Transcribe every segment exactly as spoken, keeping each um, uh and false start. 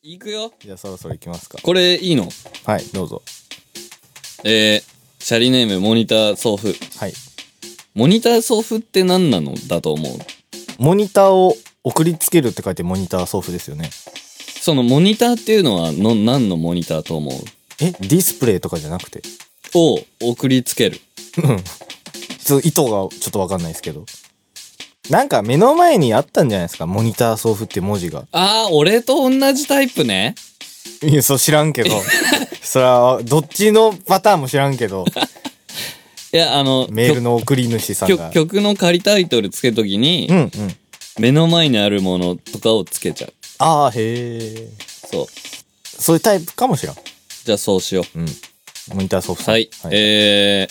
行くよ。 じゃあそろそろ行きますか。 これいいの？ はい、どうぞ。 えー、シャリネームモニター送付。 はい。 モニター送付って何なのだと思う？ モニターを送りつけるって書いてモニター送付ですよね。 そのモニターっていうのはの何のモニターと思う？ え、ディスプレイとかじゃなくて。 を送りつける。 うん。ちょっと意図がちょっとわかんないですけど。なんか目の前にあったんじゃないですか、モニター送付って文字が。 あー、俺と同じタイプね。 いや、そう知らんけど。それは、どっちのパターンも知らんけど。 いや、あの、 メールの送り主さんが。 曲曲の仮タイトルつけるときに、 うんうん。 目の前にあるものとかをつけちゃう。 ああ、へえ。 そう。 そういうタイプかもしらん。 じゃあそうしよう。 うん。モニター送付さん。 はい。はい、え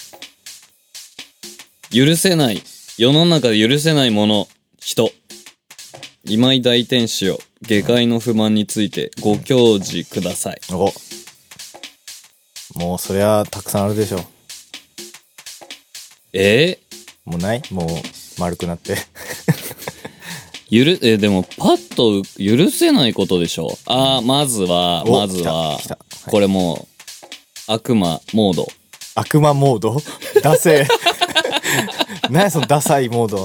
ー、許せない。世の中で許せないもの、人。今井大天使よ。下界の不満についてご教示ください。 お。もうそりゃたくさんあるでしょ。 えー、もうないもう丸くなって。 ゆる、え、でもパッと許せないことでしょ。あー、まずは、まずは、 来た来た、はい、 これもう、悪魔モード。 悪魔モードダセー。何やそのダサいモード。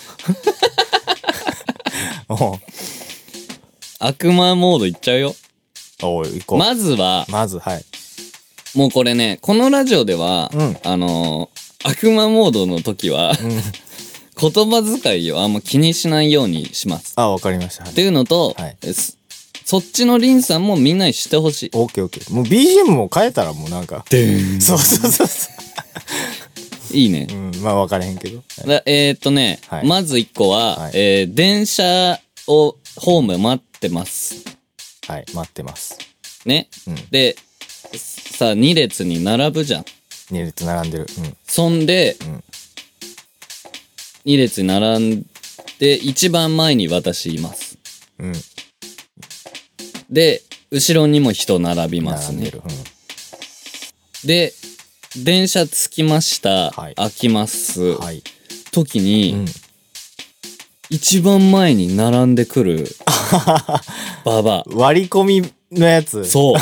おう悪魔モードいっちゃうよ。 おい、行こう。 まずは、 まず、はい。 もうこれね、このラジオでは、 うん、 あのー、悪魔モードの時は、うん、言葉遣いをあんま気にしないようにします。 あ、わかりました。はい、 っていうのと、はい、そっちのリンさんもみんなに知ってほしい。 オッケーオッケー。もう ビージーエム も変えたらもうなんか。 でーん。 そうそうそうそう。 いいね。 うん、まあ分からへんけど。 はい、えー、っとね、はい、まず一個は、はい、えー、電車を、ホーム待ってます。 はい、待ってます。 ね。うん、で、さあ、二列に並ぶじゃん。 二列並んでる。うん。 そんで、うん、二列に並んで、一番前に私います。うん。で、後ろにも人並びますね。並んでる。うん、で、電車着きました。はい、開きます。はい、時に、うん、一番前に並んでくるババア。 割り込みのやつ。 そう。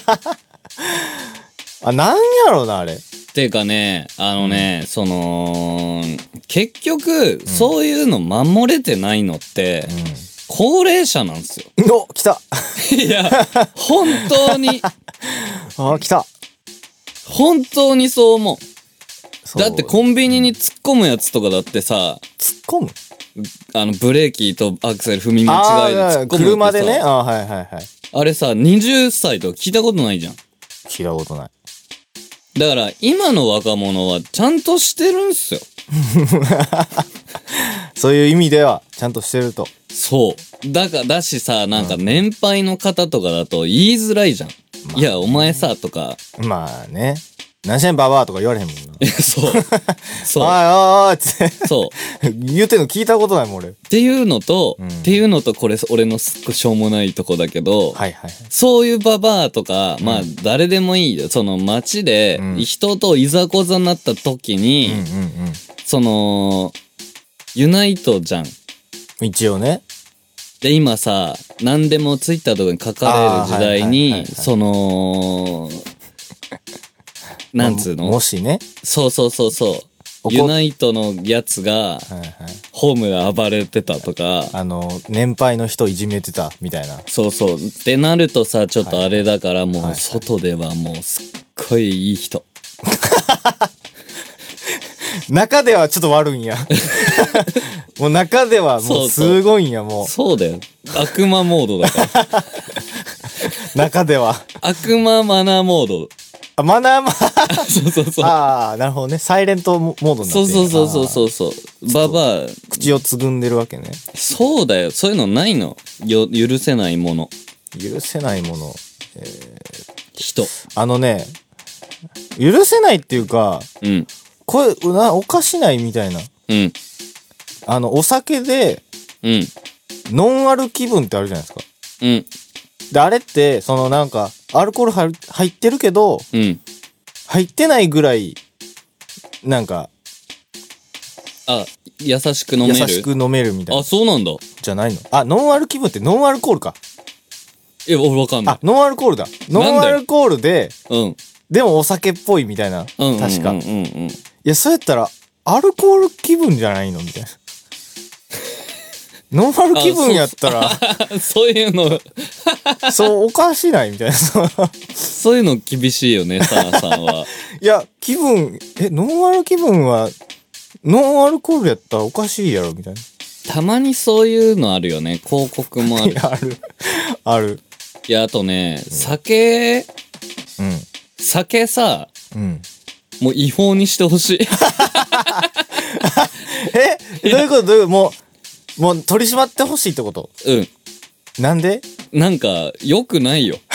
あ、なんやろうな、あれ。 っていうかね、あのね、うん、その、結局、うん、そういうの守れてないのって、うん、高齢者なんですよ。 お、来た。 いや、本当に。 あ、来た。 本当にそう思う。だってコンビニに突っ込むやつとかだってさ、 突っ込むあの、ブレーキとアクセル踏み間違えで突っ込むってさ。 車でね。あ、はいはいはい。 あれさ、はたちとか聞いたことないじゃん。 聞いたことない。 だから、今の若者はちゃんとしてるんすよ。 そういう意味では、ちゃんとしてると。 そう。だから、だしさ、なんか年配の方とかだと言いづらいじゃん。まあ、いや、お前さ、とか。 まあね。何してんババアとか言われへんもんな。 そう。そう。 おいおいおいって。 そう。 言うてんの聞いたことないもん俺。 っていうのと、うん、っていうのと、これ俺のすっごいしょうもないとこだけど、 はいはい、 そういうババアとか、うん、まあ誰でもいいよ。その街で人といざこざになった時に、うんうんうん、その、ユナイトじゃん。 一応ね。 で、今さ、何でもツイッターとかに書かれる時代に、その、なんつうの、 もしね。 そうそうそうそう。ユナイトのやつが、はいはい、ホームで暴れてたとか。 あの、年配の人いじめてたみたいな。 そうそう。ってなるとさ、ちょっとあれだから、もう外ではもうすっごいいい人。 中ではちょっと悪いんや。もう中ではもうすごいんや、もう。 そうだよ。悪魔モードだから。 中では。 悪魔マナーモード。 あ、マナーマそうそうそう。 ああ、なるほどね。サイレントモードになってる。 そうそうそうそうそうそう。ババア。 口をつぐんでるわけね。 そうだよ。そういうのないの。よ、許せないもの。 許せないもの。えー、 人。 あのね、許せないっていうか、うん。これ、な、おかしないみたいな。うん。あの、お酒で、うん。ノンアル気分ってあるじゃないですか。うん。で、あれって、そのなんか、アルコール入入ってるけど、うん。入ってないぐらい、なんか、 あ、優しく飲める。 優しく飲めるみたいな。 あ、そうなんだ。 じゃないの。あ、ノンアル気分ってノンアルコールか。 え、俺わかんない。 あ、ノンアルコールだ。ノンアルコールで、うん。でもお酒っぽいみたいな。うん。確か。うんうんうん。いや、そうやったら、アルコール気分じゃないのみたいな。ノンアル気分やったら。 そう、そういうの。 そう、おかしないみたいな。 そういうの厳しいよね、サナさんは。 いや、気分、え、ノンアル気分は、ノンアルコールやったらおかしいやろみたいな。 たまにそういうのあるよね。広告もある。 ある。ある。 いや、あとね、うん、酒、うん。酒さ、うん。もう違法にしてほしい。 えどういうことどういうこともう、もう取り締まってほしいってこと？うん。なんで？ なんか、良くないよ。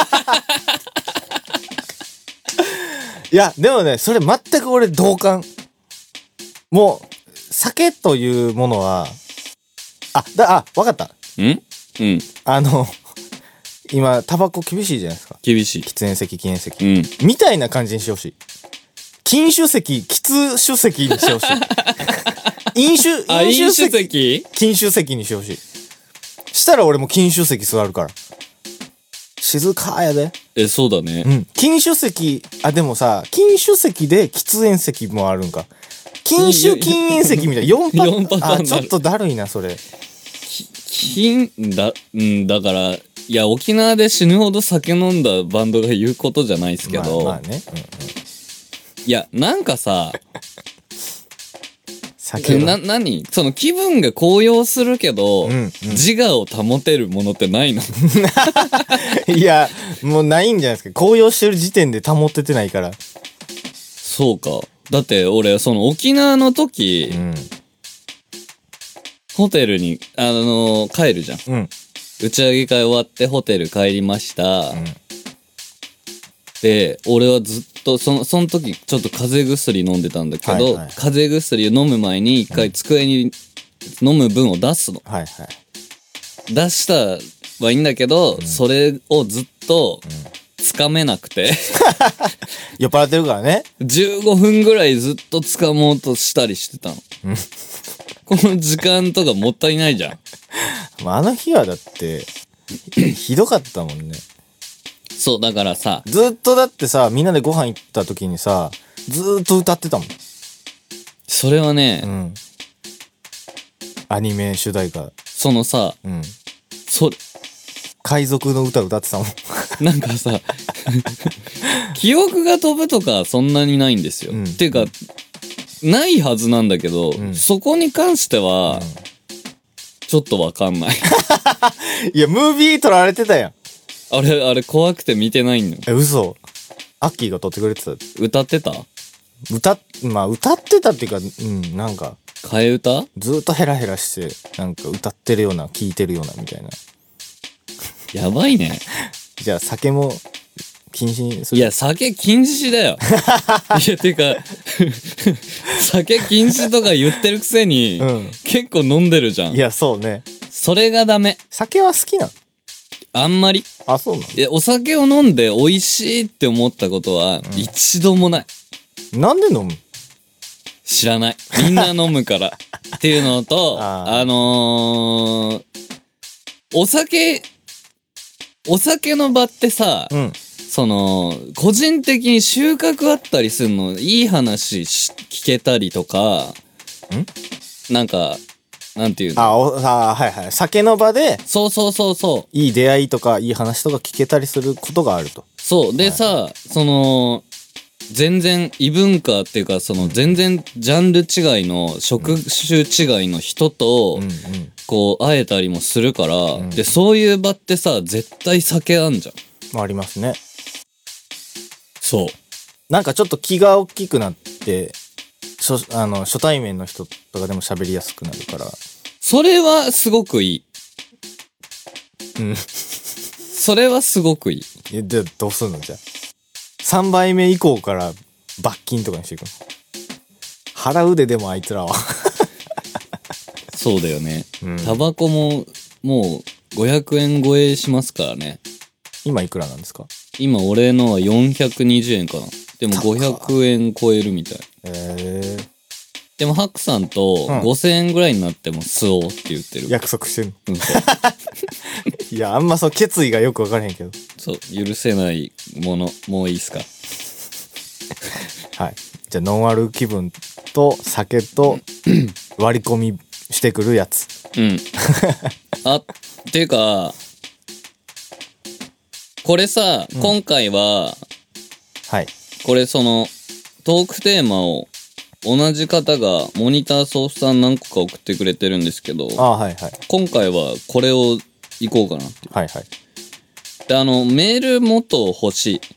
いや、でもね、それ全く俺同感。もう、酒というものは、あ、だ、あ、わかった。ん？うん。あの、今、タバコ厳しいじゃないですか。 厳しい。 喫煙席、禁煙席。うん。みたいな感じにしてほしい。禁酒席、喫酒席にしてほしい。飲酒、 飲酒席？ 禁酒席にしてほしい。したら俺も禁酒席座るから。静かやで。 え、そうだね。 うん。禁酒席、あ、でもさ、禁酒席で喫煙席もあるんか。禁酒禁煙席みたいなよんパターン。パターンあ、ちょっとだるいな、それ。 禁、だ、うん、だから、いや、沖縄で死ぬほど酒飲んだバンドが言うことじゃないですけど。まあ、まあね。うんうん。いや、なんかさ、酒な、なにその気分が高揚するけど、うんうん、自我を保てるものってないの？ いや、もうないんじゃないですか。高揚してる時点で保ててないから。 そうか。だって俺、その沖縄の時、うん、ホテルに、あのー、帰るじゃん。うん、打ち上げ会終わってホテル帰りました。うん、で、俺はずっと、その、その時ちょっと風邪薬飲んでたんだけど、はいはい、風邪薬を飲む前に一回机に飲む分を出すの。はいはい、出したはいいんだけど、うん、それをずっとつかめなくて。 酔っ払ってるからね。 じゅうごふんぐらいずっとつかもうとしたりしてたの。この時間とかもったいないじゃん。 まあ、あの日はだって、ひどかったもんね。 そう、だからさ。 ずっとだってさ、みんなでご飯行った時にさ、ずーっと歌ってたもん。 それはね、うん。 アニメ主題歌。 そのさ、うん。そ、 海賊の歌歌ってたもん。 なんかさ、記憶が飛ぶとかそんなにないんですよ。うん、っていうか、うん、ないはずなんだけど、うん、そこに関しては、うん、ちょっとわかんない。 いや、ムービー撮られてたやん。 あれ、あれ怖くて見てないのよ。 え、嘘。アッキーが撮ってくれてた。 歌ってた？ 歌、まあ歌ってたっていうか、うん、なんか。 替え歌？ ずーっとヘラヘラして、なんか歌ってるような、聴いてるような、みたいな。 やばいね。 じゃあ酒も禁止にする？ いや、酒禁止だよ。いや、てか、酒禁止とか言ってるくせに、うん、結構飲んでるじゃん。 いや、そうね。 それがダメ。 酒は好きなの？ あんまり。 あ、そうなの？ え、お酒を飲んで美味しいって思ったことは一度もない。 うん、なんで飲む？ 知らない。みんな飲むから。っていうのと、あ, あのー、お酒、お酒の場ってさ、うん、その、個人的に収穫あったりするの、いい話聞けたりとか、んなんか、なんていうの？ あ、お、あ、はいはい。酒の場で、 そうそうそうそう。 いい出会いとか、いい話とか聞けたりすることがあると。 そう。で、はい、さ、その、全然異文化っていうか、その全然ジャンル違いの、職種違いの人と、こう、会えたりもするから、うん、で、そういう場ってさ、絶対酒あんじゃん。 ありますね。 そう。 なんかちょっと気が大きくなって、初、あの、初対面の人とかでも喋りやすくなるから。 それはすごくいい。うん。それはすごくいい。 え、じゃあどうすんのじゃあ。さんばいめ以降から罰金とかにしていくの？払うででもあいつらは。 そうだよね。うん、タバコももうごひゃくえん超えしますからね。 今いくらなんですか？ 今俺のはよんひゃくにじゅうえんかな。でもごひゃくえん超えるみたい。へー。でもハクさんとごせんえんぐらいになっても吸おうって言ってる。 約束してる。うん、そう。 いや、あんまそう決意がよく分からへんけど。 そう、許せないもの、もういいっすか。 はい。じゃあ、ノンアル気分と酒と割り込みしてくるやつ。 うん。あ、っていうか、これさ、うん、今回は、 はい。 これその、トークテーマを同じ方がモニターソースさん何個か送ってくれてるんですけど、 あ、はいはい。 今回はこれをいこうかなっていう。 はいはい。 で、あの、メールもっと欲しい。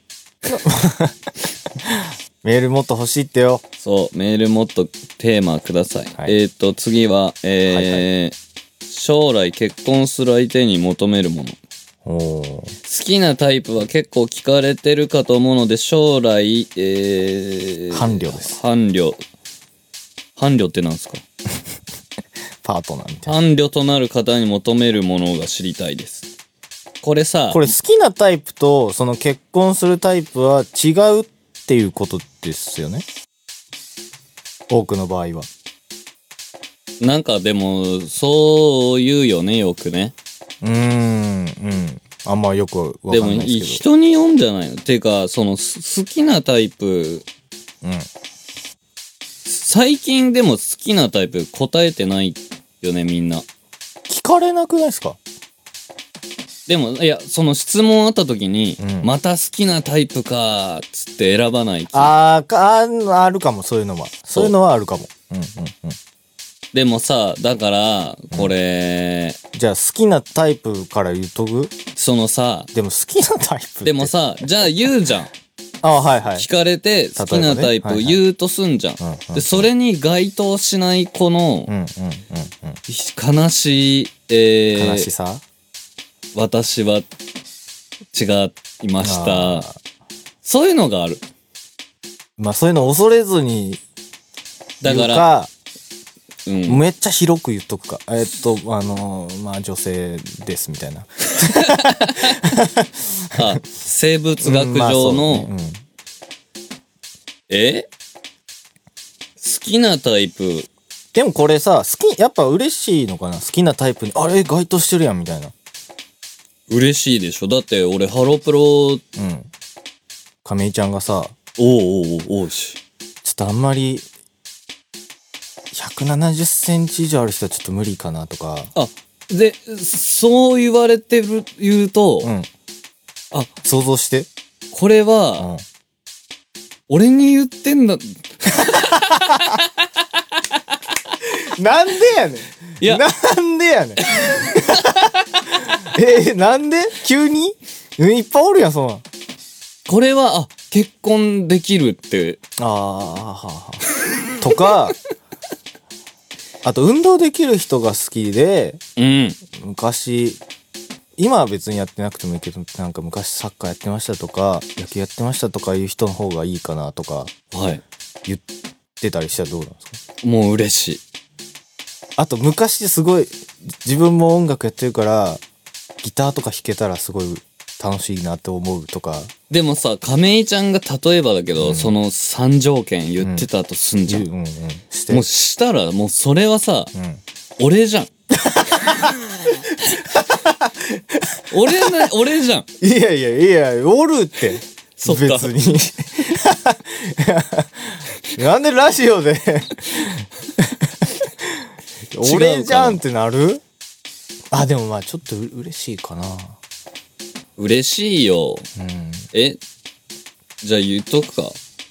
メールもっと欲しいってよ。 そう、メールもっとテーマください。はい、えっ、ー、と、次は、えーはいはい、将来結婚する相手に求めるもの。好きなタイプは結構聞かれてるかと思うので、将来、えー、 伴侶です。 伴侶。伴侶ってなんですか？ パートナーみたいな。 伴侶となる方に求めるものが知りたいです。これさ、 これ好きなタイプとその結婚するタイプは違うっていうことですよね。多くの場合は。 なんかでも、そう言うよね、よくね。 うーん、うん。あんまよくわかんないですけど。でも、 人によんじゃないの？ていうか、その、好きなタイプ、 うん。 最近でも好きなタイプ答えてないよね、みんな。 聞かれなくないですか？ でも、いや、その質問あった時に、うん、また好きなタイプかーっつって選ばない。 あー、あ、あるかも、そういうのは。そういうのはあるかも。うんうんうん。 でもさ、だから、これ、 うん、じゃあ好きなタイプから言うとく？ そのさ、 でも好きなタイプってでもさ、じゃあ言うじゃん。 あ、はいはい。 聞かれて好きなタイプ言うとすんじゃん。で、それに該当しないこの、悲しい、えー、 悲しさ？ 私は違いました。そういうのがある。 まあそういうの恐れずに言うか、だからうん、めっちゃ広く言っとくか。えっと、あのー、まあ、女性ですみたいな。 あ、生物学上の、うんまあねうん、え好きなタイプ。 でもこれさ、好き、やっぱ嬉しいのかな？好きなタイプに、あれ、該当してるやんみたいな。嬉しいでしょ。だって俺、ハロプロ、うん。 亀井ちゃんがさ、 おうおうおうおうし。 ちょっとあんまり、ひゃくななじゅっセンチ以上ある人はちょっと無理かなとか。 あ、で、そう言われてる、言うと、うん。 あ、想像して。 これは、うん、俺に言ってんだ。 なんでやねん。いや、なんでやねん。えー、なんで急にいっぱいおるやん、そんなん。 これは、あ、結婚できるって。 ああ、はは。とか、あと運動できる人が好きで、 うん、 昔、今は別にやってなくてもいいけど、なんか昔サッカーやってましたとか、野球やってましたとかいう人の方がいいかなとか、 はい。 言ってたりしたらどうなんですか？ もう嬉しい。 あと昔すごい、自分も音楽やってるから、ギターとか弾けたらすごい楽しいなって思うとか。 でもさ、亀井ちゃんが例えばだけど、うん、そのさん条件言ってたとすんじゃん。うんうんうん、してもうしたら、もうそれはさ、うん、俺じゃん。俺な、俺じゃん。 いやいやいや、おるって。そっか。別に。なんでラジオで俺じゃんってなる？あ、でもまあちょっとう嬉しいかな。 嬉しいよ。うん、え、じゃあ言っとくか。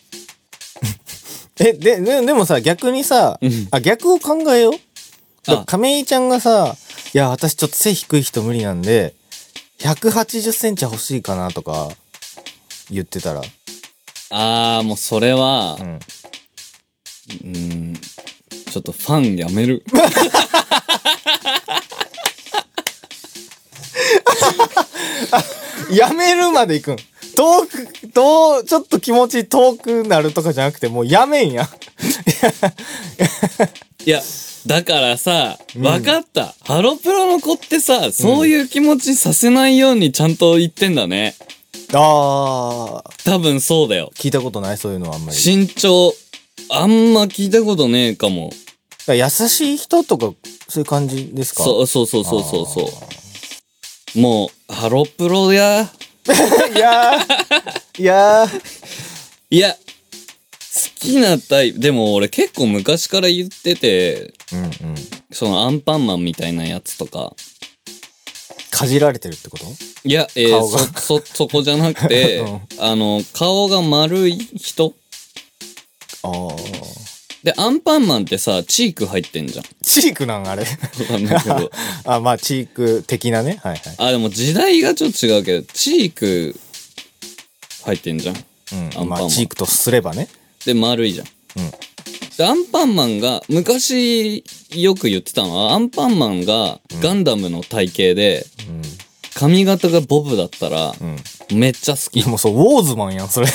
え、で、で、でもさ、逆にさ、あ、逆を考えよう。亀井ちゃんがさ、いや、私ちょっと背低い人無理なんで、ひゃくはちじゅっセンチ欲しいかなとか、言ってたら。 あー、もうそれは、うん。うーん、ちょっとファンやめる。 やめるまで行くん。遠く、遠、ちょっと気持ち遠くなるとかじゃなくて、もうやめんや。 いや、だからさ、わかった、うん。ハロプロの子ってさ、そういう気持ちさせないようにちゃんと言ってんだね。 うん、ああ。 多分そうだよ。 聞いたことない？そういうのはあんまり。 身長、あんま聞いたことねえかも。 優しい人とか、そういう感じですか？ そうそうそうそうそうそう。 もうハロプロやいやーいやーいや好きなタイプでも俺結構昔から言ってて、うんうん、そのアンパンマンみたいなやつとかかじられてるってこと？ いや、えー、そそそこじゃなくて、うん、あの顔が丸い人。ああ。でアンパンマンってさチーク入ってんじゃん。 チークなんあれ。わかんないけど。あ、まあチーク的なね。はいはい。 あ、でも時代がちょっと違うけどチーク入ってんじゃん。うん。 アンパンマン。まあチークとすればね。 で丸いじゃん。うん。でアンパンマンが昔よく言ってたのはアンパンマンがガンダムの体型で、うん、髪型がボブだったら、うん、めっちゃ好き。 でもそうウォーズマンやんそれ。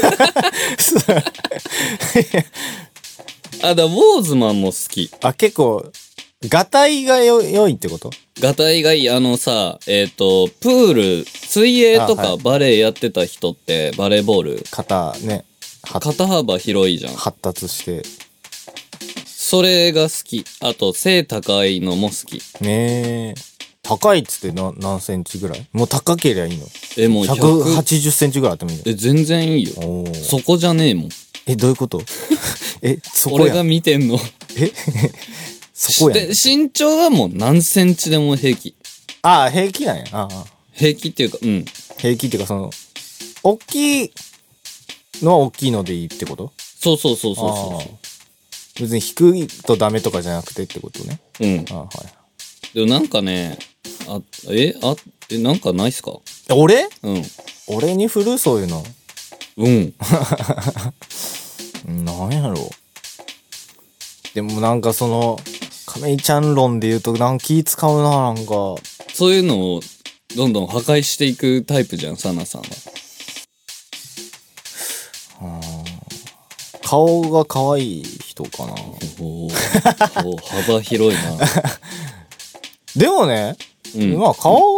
あ、だウォーズマンも好き。 あ、結構ガタイがよ良いってこと？ ガタイがいい。あのさ、えっ、ー、とプール水泳とかバレーやってた人って、はい、バレーボール肩ね肩幅広いじゃん。 発達してそれが好き。あと背高いのも好き。 ねえ。高いっつってな何センチぐらい？もう高けりゃいいの？え、もうひゃくはちじゅっセンチぐらいあってもいいの？ え、全然いいよ。そこじゃねえもん。 え、どういうこと？え、そこやん。俺が見てんの。えそこやん。身長はもう何センチでも平気。 ああ、平気なんや。ああ。 平気っていうか、うん。 平気っていうか、その、大きいのは大きいのでいいってこと？ そうそうそうそうそう。 別に低いとダメとかじゃなくてってことね。うん。あ、はい。 でもなんかね、あ、え、あ、え、なんかないっすか？ 俺？うん。俺に振るそういうの。うん。なんやろう。でもなんかその、亀井ちゃん論で言うとなんか気使うな、なんか。 そういうのをどんどん破壊していくタイプじゃん、サナさんは。 はあ。顔が可愛い人かな。おお幅広いな。 でもね、うん、まあ顔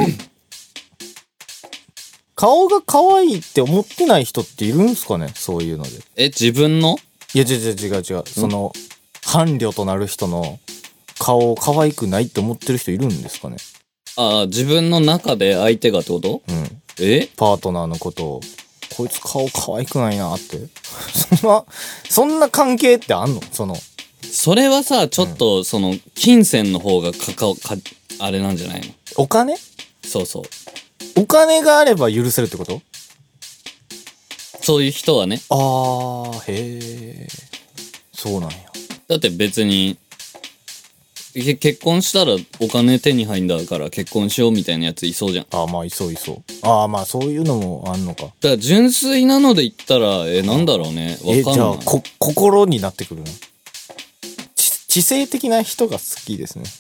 顔が可愛いって思ってない人っているんすかね、そういうので。 え、自分の？ いや違う違う違う違う。その伴侶となる人の顔可愛くないって思ってる人いるんですかね。 ああ、自分の中で相手がってこと？うん。え？ パートナーのことを。こいつ顔可愛くないなってそんなそんな関係ってあんの？そのそれはさちょっと、うん、その金銭の方がかかかあれなんじゃないの？ お金？そうそう。お金があれば許せるってこと？ そういう人はね。 あーへえ。そうなんや。 だって別に結婚したらお金手に入んだから結婚しようみたいなやついそうじゃん。 ああ、まあいそういそう。ああ、まあそういうのもあんのか。だから純粋なので言ったら、え、なんだろうね。わかんない。え、じゃあ、 こ、心になってくるの？知、知性的な人が好きですね。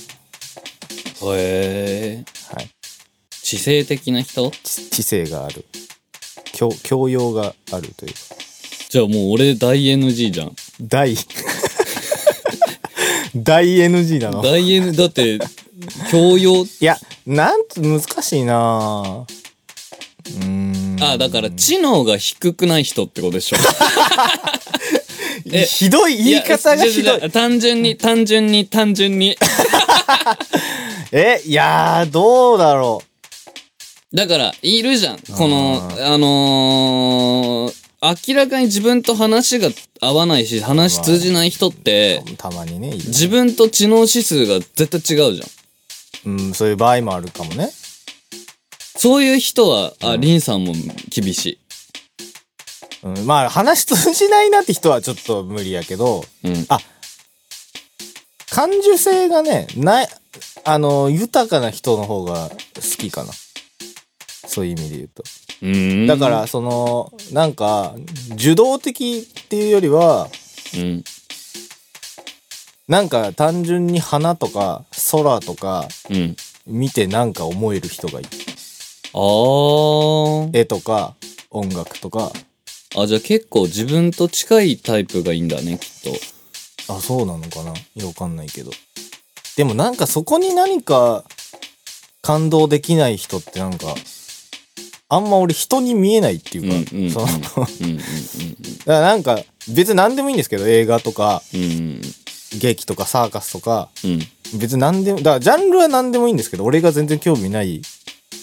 へえ。はい。知性的な人？ 知性がある。教、教養があるというか。 じゃあもう俺大 エヌジー じゃん。 大大 エヌジー なの？ 大 N、だって、教養。 いや、なんつ、難しいなぁ。うーん。あ、だから知能が低くない人ってことでしょ。 え、ひどい、言い方がひどい。 単純に、単純に、単純に。 え、いやー、どうだろう。だから、いるじゃん。この、あのー、明らかに自分と話が合わないし、話通じない人って、 まあ、たまにね、 自分と知能指数が絶対違うじゃん。うん、そういう場合もあるかもね。 そういう人は、あ、リンさんも厳しい。 うん、まあ、話通じないなって人はちょっと無理やけど、うん、あ、感受性がね、ない、あの、豊かな人の方が好きかな。そういう意味で言うと。うーん、だからそのなんか受動的っていうよりは、うん、なんか単純に花とか空とか見てなんか思える人がいい。あー、絵とか音楽とか。 あ、じゃあ結構自分と近いタイプがいいんだね、きっと。あ、そうなのかな。いや、わかんないけど。でもなんかそこに何か感動できない人ってなんかあんま俺人に見えないっていうか、うんうん、そのだからなんか別に何でもいいんですけど、映画とか、うん、劇とかサーカスとか、うん、別に何でも、だからジャンルは何でもいいんですけど、俺が全然興味ない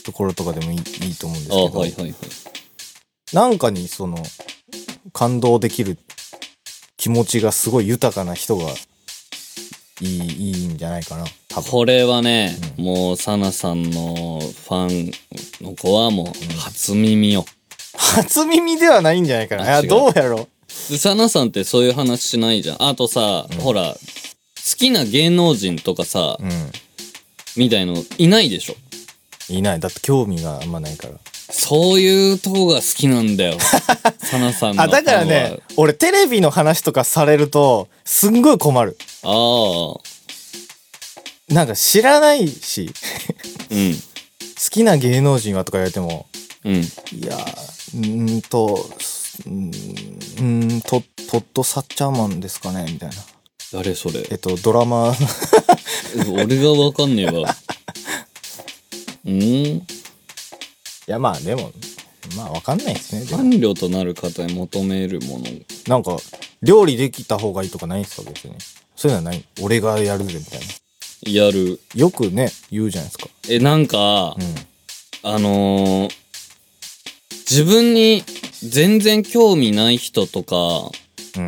ところとかでもいい、いいと思うんですけど、 あ、はいはいはい。 なんかにその感動できる気持ちがすごい豊かな人がいい、いいんじゃないかな、多分。 これはね、うん、もうサナさんのファンの子はもう初耳よ。 うん、初耳ではないんじゃないかな。いや、どうやろう。サナさんってそういう話しないじゃん。あとさ、うん、ほら、好きな芸能人とかさ、うん、みたいのいないでしょ。 いない。だって興味があんまないから。 そういうとこが好きなんだよ。サナさんの。 あ、だからね、俺テレビの話とかされると、すんごい困る。 ああ。 なんか知らないし。 うん。 好きな芸能人はとか言われても、 うん。いや、うーんと、うーん、と、トッドサッチャーマンですかねみたいな。 誰それ？ えっと、ドラマ。 俺がわかんねえわ。うん？いや、まあでも、まあわかんないですね。 伴侶となる方に求めるもの。 なんか、料理できた方がいいとかないんですか別に。そういうのはない。俺がやるぜみたいな。 やる。 よくね、言うじゃないですか。 え、なんか、うん、あのー、自分に全然興味ない人とか、うん。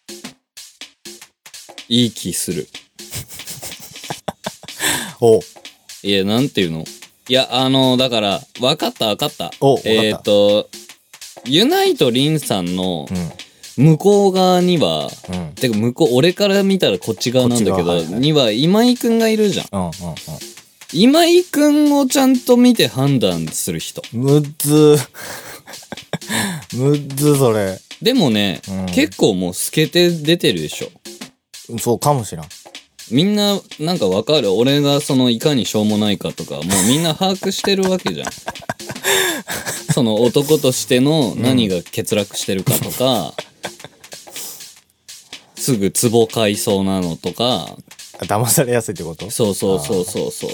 いい気する。 おいや、なんていうの？いや、あのー、だから、わかったわかった。 おえっ、ー、と、ユナイトリンさんの、向こう側には、うん、てか向こう、俺から見たらこっち側なんだけど、はいはい、には今井くんがいるじゃん。 うんうんうん、 今井くんをちゃんと見て判断する人。 むっずむっずそれ。 でもね、うん、結構もう透けて出てるでしょ。 そうかもしらん。 みんな、なんかわかる？俺がそのいかにしょうもないかとか、もうみんな把握してるわけじゃん。その男としての何が欠落してるかとか、うん、すぐツボ買いそうなのとか。 騙されやすいってこと？ そうそうそうそうそう。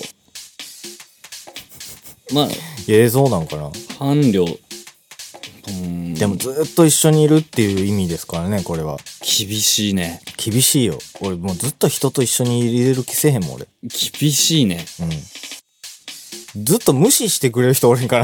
まあ。 ええ、そうなんかな。 伴侶。 でもずっと一緒にいるっていう意味ですからね、これは。 厳しいね。 厳しいよ。俺もうずっと人と一緒にいれる気せえへんもん、俺。 厳しいね。 うん。ずっと無視してくれる人おれんから。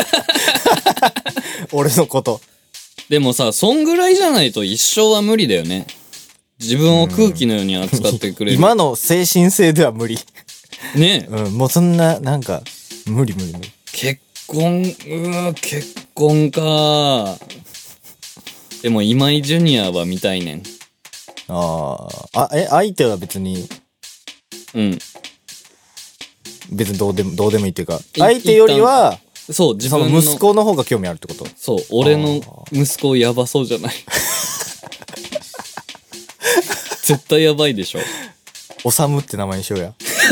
俺のこと。 でもさ、そんぐらいじゃないと一生は無理だよね。自分を空気のように扱ってくれる。 今の精神性では無理。 ねえ。 うん、もうそんな、なんか、無理無理無理。 結婚、うわ、結婚か。でも今井ジュニアは見たいねん。 ああ。あ、え、相手は別に。 うん。 別にどうでも、どうでもいいっていうか、相手よりは、 そう、自分の。 息子の方が興味あるってこと？ そう、俺の息子やばそうじゃない？絶対やばいでしょ。 おさむって名前にしようや。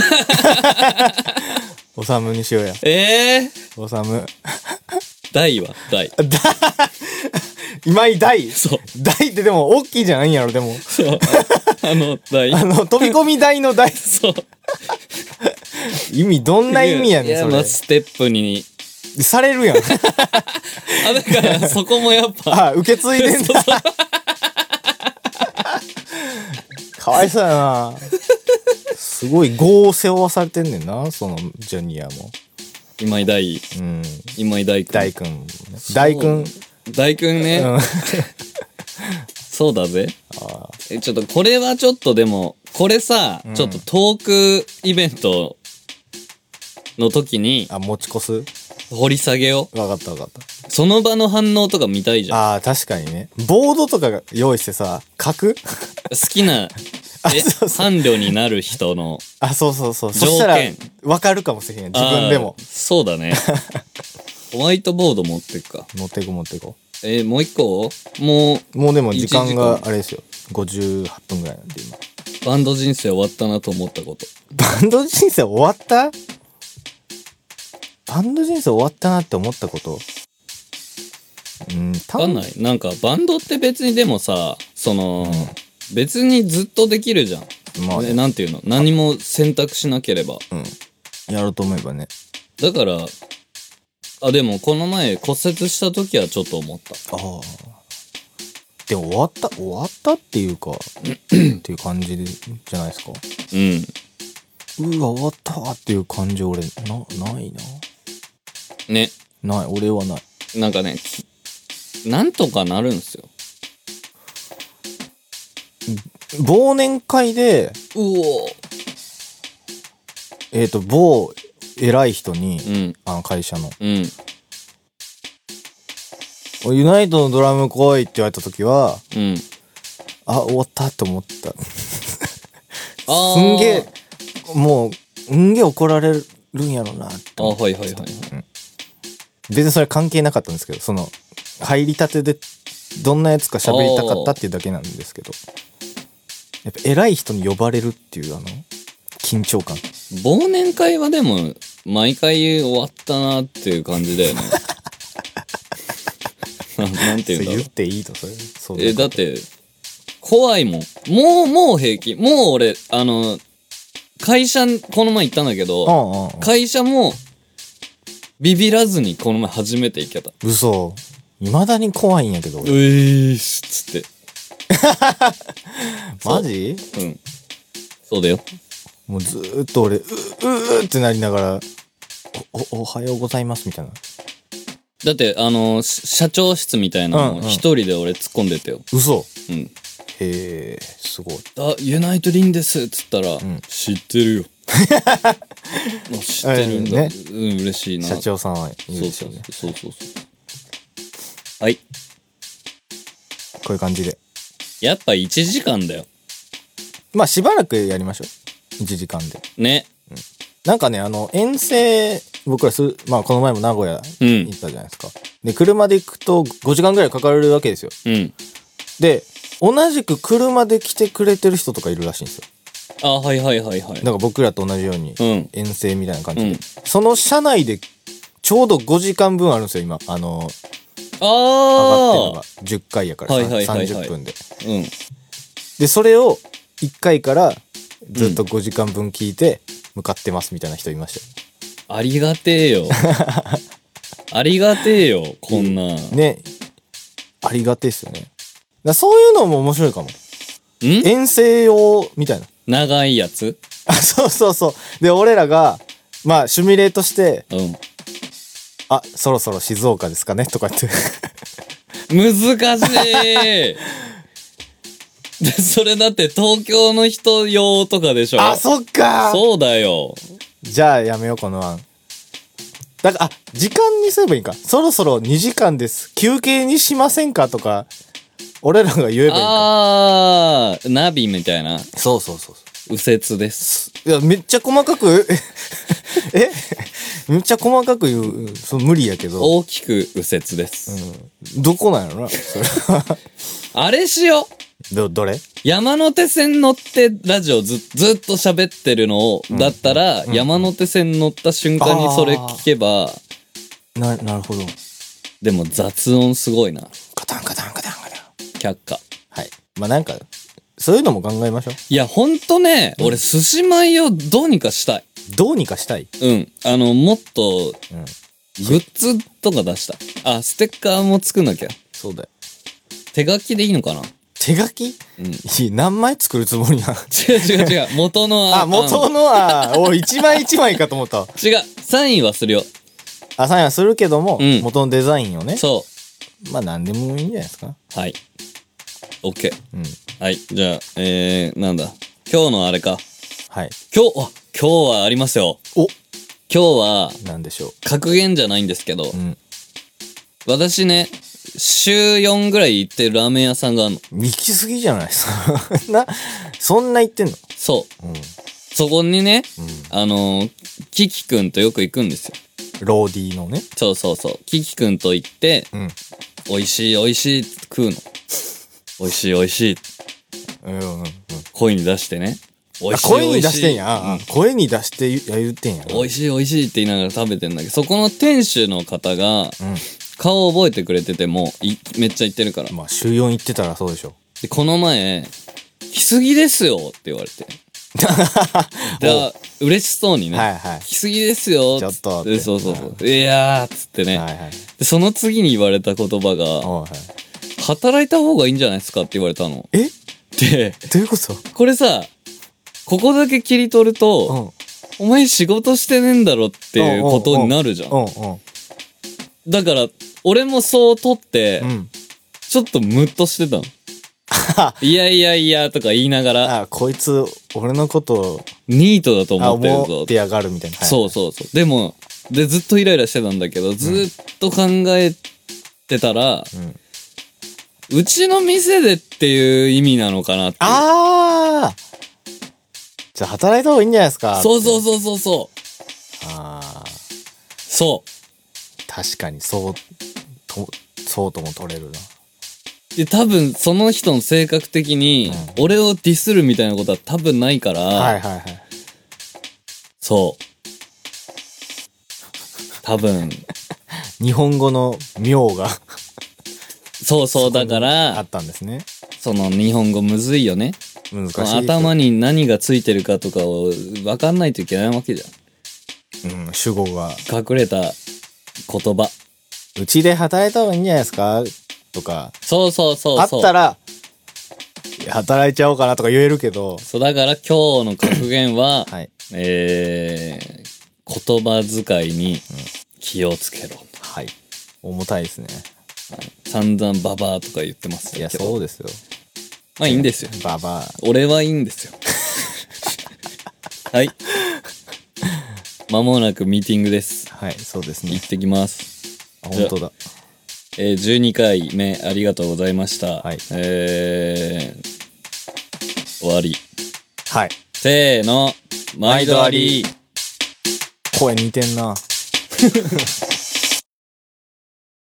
おさむにしようや。 ええー。 おさむ。 大は大。 だ、今井大？ そう。 大ってでも大きいじゃないんやろ、でも。 そう。あの大。 あの、飛び込み台の大。 そう。 意味、どんな意味やねん、それ。 いや、まあ、ステップに。 されるやん。 あ、だからそこもやっぱ。 あ、受け継いでんだ。かわいそうやな。すごい業を背負わされてんねんな、そのジュニアも。 今井大。うん。今井大君。 大君。大君。 大君ね。うん、そうだぜ。あえ、ちょっとこれはちょっとでも、これさ、うん、ちょっとトークイベントの時に。 あ、持ち越す？ 掘り下げよう。 わかったわかった。 その場の反応とか見たいじゃん。 ああ、確かにね。ボードとかが用意してさ、書く？ 好きな、え、そうそう、伴侶になる人の。 あ、そうそうそう。そしたら、わかるかもしれへん。自分でも。 そうだね。ホワイトボード持ってくか。 持ってく持ってこ。 えー、もう一個もう。 もうでも時間があれですよ。ごじゅうはっぷんぐらいなんで今。 バンド人生終わったなと思ったこと。 バンド人生終わった？バンド人生終わったなって思ったこと？ うん、わかんない。なんかバンドって別にでもさ、その、うん、別にずっとできるじゃん。まあね、なんていうの、何も選択しなければ。 うん。やろうと思えばね。 だから、あ、でもこの前骨折した時はちょっと思った。ああ。 でも終わった、終わったっていうか、っていう感じで、じゃないですか。うん。うわ、終わったっていう感じ俺、な、ないな。 ね。 ない、俺はない。 なんかね、なんとかなるんすよ。 忘年会で、 うおえっ、ー、と、某偉い人に、 うん、 あの会社の、 うん。 ユナイトのドラム来いって言われた時は、 うん。 あ、終わったと思った。すんげえ、もう、すんげえ怒られるんやろなって。 あ、はいはいはい、はいうん。別にそれ関係なかったんですけど、その、入りたてで、どんなやつか喋りたかったっていうだけなんですけど。やっぱ偉い人に呼ばれるっていうあの、緊張感。 忘年会はでも、毎回終わったなっていう感じだよね。なんていうんだろう。 言っていいとそれ。そうえ、だって、怖いもん。もう、もう平気。もう俺、あの、会社、この前行ったんだけど、 うんうんうん、 会社も、ビビらずにこの前初めて行けた。 嘘。未だに怖いんやけど。 うえーし、つって。 マジ？ うん。そうだよ。 もうずーっと俺、う、うーってなりながら、お、お、おはようございますみたいな。 だって、あの、社長室みたいなの一人で俺突っ込んでたよ。 嘘。 うん。 へえ、すごい。 あ、ユナイトリンですっつったら、うん、知ってるよ。もう知ってるんだ。ね、うん、嬉しいな。 社長さんは言うでしょうね。 そうそうそうそう。はい。こういう感じで。 やっぱいちじかんだよ。 まあしばらくやりましょう。いちじかんで。 ね。 うん、なんかね、あの、遠征、僕らす、まあこの前も名古屋行ったじゃないですか。うん、で、車で行くとごじかんぐらいかかるわけですよ。 うん。 で、同じく車で来てくれてる人とかいるらしいんですよ。 あ、はいはいはいはい。 だから僕らと同じように、遠征みたいな感じで、うん。その車内でちょうどごじかんぶんあるんですよ、今。あの、 ああ。 上がってるのがじゅっかいやから、 はいはいはいはい、 さんじゅっぷんで。 うん。 で、それをいっかいからずっとごじかんぶん聞いて向かってますみたいな人いましたよ。 うん、ありがてえよ。ありがてえよ、こんな。 ね。ありがてえっすよね。だそういうのも面白いかも。ん？遠征用みたいな。 長いやつ？ あ、そうそうそう。で、俺らが、まあ、シミュレートして、うん。あ、そろそろ静岡ですかねとか言って。 難しいで、それだって東京の人用とかでしょ？ あ、そっか。 そうだよ。 じゃあやめよう、この案。だから、あ、時間にすればいいか。そろそろにじかんです。休憩にしませんかとか、俺らが言えばいいか。 あー、ナビみたいな。 そうそうそう。 右折です。 いや、めっちゃ細かく、えめっちゃ細かく言う、そう無理やけど。 大きく右折です。 うん。どこなんやろな、それは。 あれしよう。ど、どれ？ 山手線乗ってラジオず、ずっと喋ってるのを、うん、だったら、うん、山手線乗った瞬間にそれ聞けば。 な、なるほど。 でも雑音すごいな。 カタンカタンカタンカタン。 却下。 はい。まあ、なんか、そういうのも考えましょう。 いや、ほんとね、うん、俺、寿司米をどうにかしたい。 どうにかしたい？ うん。あの、もっと、うん、グッズとか出したい。あ、ステッカーも作んなきゃ。 そうだよ。 手書きでいいのかな？ 手書き？うん。いい、何枚作るつもりな？ 違う違う違う。元のあ、元のあ、おい、一枚一枚かと思った。 違う。サインはするよ。 あ、サインはするけども、うん、元のデザインをね。 そう。 まあ、何でもいいんじゃないですか。 はい。オッケー。うん。はい。じゃあ、えー、なんだ。今日のあれか。 はい。 今日、あ、今日はありますよ。 お今日は、 なんでしょう。 格言じゃないんですけど、うん、私ね、週よんぐらい行ってるラーメン屋さんがあるの。 行き過ぎじゃないそんな、そんな行ってんの？ そう。うん、そこにね、うん、あのー、キキくんとよく行くんですよ。 ローディーのね。 そうそうそう。キキくんと行って、うん、美味しい美味しいって食うの。美味しい美味しい。うんうんうん。声に出してね。 美味しい声に出してんや。うん、声に出して言ってんや。 美味しい美味しいって言いながら食べてんだけど、そこの店主の方が、うん、顔覚えてくれててもいめっちゃ言ってるから。 まあ週よん行ってたらそうでしょ。 で、この前、来すぎですよって言われて。だ嬉しそうにね、はいはい、来すぎですよっつって。ちょっと。そうそうそう。いやーっつってね、はいはい。で、その次に言われた言葉が、はい、働いた方がいいんじゃないですかって言われたの。 えで、 どういうこと？ これさ、ここだけ切り取ると、うん、お前仕事してねえんだろっていうことになるじゃん。うんうんうん、 だから、俺もそう取って、うん、ちょっとムッとしてたの。いやいやいやとか言いながら。 あ、こいつ、俺のことを。 ニートだと思ってるぞ。 思ってやがるみたいな。 そうそうそう。でも、で、ずっとイライラしてたんだけど、ずっと考えてたら、うん、うちの店でっていう意味なのかなって。 ああじゃあ働いた方がいいんじゃないですか。 そうそうそうそうそう。ああ。そう。 確かに、そう、と、そうとも取れるな。 で、多分、その人の性格的に、俺をディスるみたいなことは多分ないから、はいはいはい。そう。多分。 日本語の妙が。 そうそう、だから、 あったんですね。 その日本語むずいよね。難しい。頭に何がついてるかとかを分かんないといけないわけじゃん。うん、主語が。 隠れた言葉。 うちで働いた方がいいんじゃないですかとか。 そうそうそうそう。あったら、働いちゃおうかなとか言えるけど。 そう、だから今日の格言は、はい、えー、言葉遣いに気をつけろ。うん、 はい。重たいですね。 散々ババアとか言ってますよ。いや、そうですよ。 まあいいんですよ。 ババア。 俺はいいんですよ。はい。まもなくミーティングです。 はい、そうですね。 行ってきます。 あ、本当だ。 えー、じゅうにかいめありがとうございました。はい。えー、終わり。 はい。 せーの、毎度あり。 声似てんな。